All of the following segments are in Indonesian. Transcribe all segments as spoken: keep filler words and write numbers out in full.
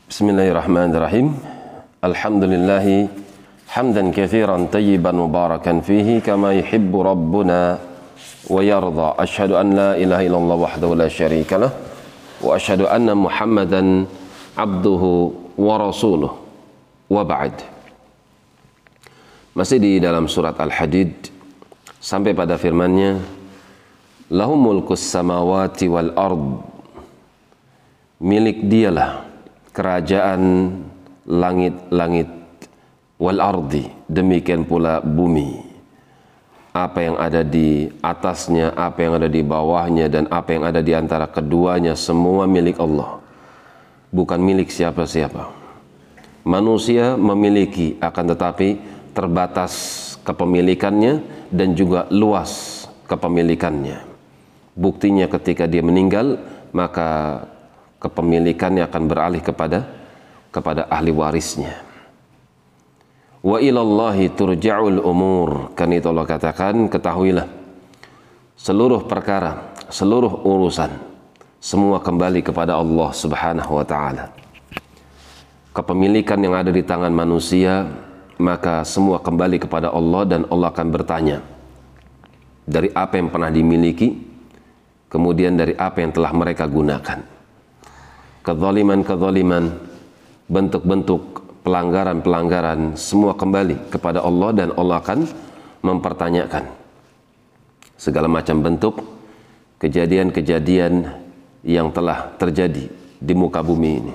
Bismillahirrahmanirrahim. Alhamdulillahi hamdan katsiran tayyiban mubarakan fihi kama yuhibbu rabbuna wa yarda. Asyhadu an la ilaha illallah wahdahu la syarika lah wa asyhadu anna Muhammadan abduhu wa rasuluh. Wa ba'd. Masih di dalam surat Al-Hadid sampai pada firman-Nya, lahum mulkus samawati wal ard, milik dialah kerajaan langit-langit, wal ardi, demikian pula bumi, apa yang ada di atasnya, apa yang ada di bawahnya, dan apa yang ada di antara keduanya, semua milik Allah, bukan milik siapa-siapa. Manusia memiliki, akan tetapi terbatas kepemilikannya dan juga luas kepemilikannya. Buktinya ketika dia meninggal, maka kepemilikannya akan beralih kepada kepada ahli warisnya. Wa ilallahi turja'ul umur, kan itu Allah katakan, ketahuilah seluruh perkara, seluruh urusan, semua kembali kepada Allah Subhanahu wa ta'ala. Kepemilikan yang ada di tangan manusia, maka semua kembali kepada Allah, dan Allah akan bertanya dari apa yang pernah dimiliki, kemudian dari apa yang telah mereka gunakan. Kezaliman-kezaliman, bentuk-bentuk pelanggaran-pelanggaran, semua kembali kepada Allah, dan Allah akan mempertanyakan segala macam bentuk kejadian-kejadian yang telah terjadi di muka bumi ini.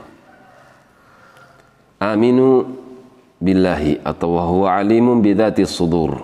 Aminu billahi, atau wa huwa alimun bidzatis sudur.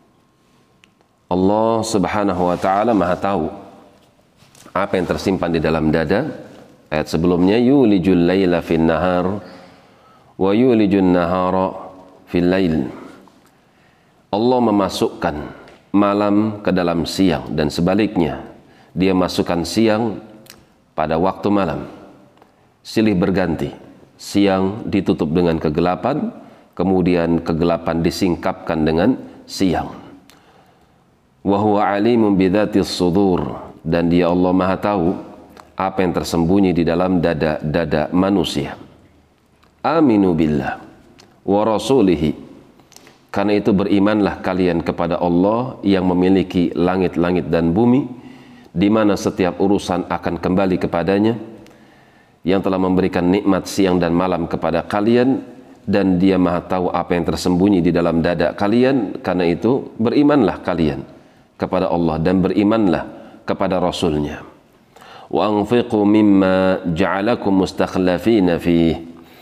Allah Subhanahu wa ta'ala Maha tahu apa yang tersimpan di dalam dada. Ayat sebelumnya, yulijul laila fin nahar wa yulijun nahara fil lail. Allah memasukkan malam ke dalam siang, dan sebaliknya Dia masukkan siang pada waktu malam. Silih berganti, siang ditutup dengan kegelapan, kemudian kegelapan disingkapkan dengan siang. Wa huwa alimun bidzatis sudur, dan Dia Allah Maha tahu apa yang tersembunyi di dalam dada-dada manusia. Aminu billah wa rasulihi, karena itu berimanlah kalian kepada Allah yang memiliki langit-langit dan bumi, di mana setiap urusan akan kembali kepadanya, yang telah memberikan nikmat siang dan malam kepada kalian, dan Dia Maha tahu apa yang tersembunyi di dalam dada kalian. Karena itu berimanlah kalian kepada Allah dan berimanlah kepada Rasulnya. Wa anfiqu mimma ja'alakum mustakhlafina fih,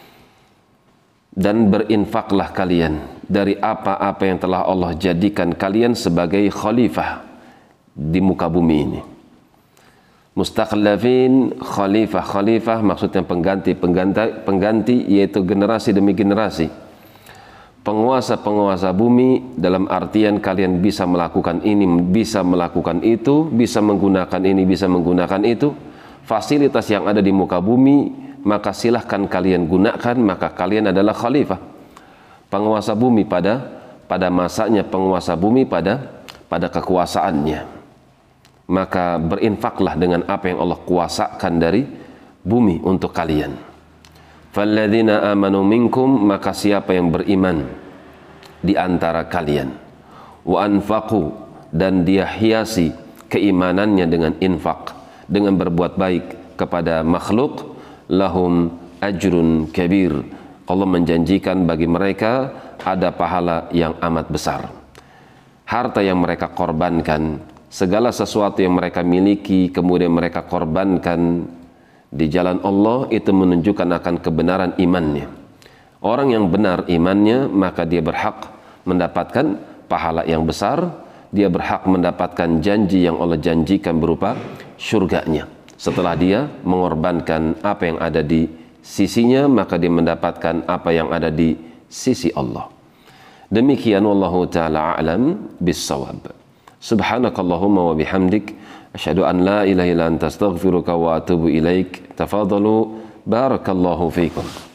dan berinfaklah kalian dari apa-apa yang telah Allah jadikan kalian sebagai khalifah di muka bumi ini. Mustakhlafin, khalifah, khalifah maksudnya pengganti, pengganti, pengganti yaitu generasi demi generasi. Penguasa-penguasa bumi dalam artian kalian bisa melakukan ini, bisa melakukan itu, bisa menggunakan ini, bisa menggunakan itu. Fasilitas yang ada di muka bumi, maka silahkan kalian gunakan, maka kalian adalah khalifah. Penguasa bumi pada pada masanya, penguasa bumi pada pada kekuasaannya. Maka berinfaklah dengan apa yang Allah kuasakan dari bumi untuk kalian. Falladzina amanu minkum, maka siapa yang beriman di antara kalian, wa anfaqu, dan dia hiasi keimanannya dengan infak, dengan berbuat baik kepada makhluk, lahum ajrun kabir, Allah menjanjikan bagi mereka ada pahala yang amat besar. Harta yang mereka korbankan, segala sesuatu yang mereka miliki kemudian mereka korbankan di jalan Allah, itu menunjukkan akan kebenaran imannya. Orang yang benar imannya, maka dia berhak mendapatkan pahala yang besar. Dia berhak mendapatkan janji yang Allah janjikan berupa syurganya. Setelah dia mengorbankan apa yang ada di sisinya, maka dia mendapatkan apa yang ada di sisi Allah. Demikian, wallahu ta'ala a'lam bis-shawab. Subhanakallahumma wa bihamdik, asyhadu an la ilaha illa anta astaghfiruka wa atubu ilaik. Tafadalu, barakallahu fiikum.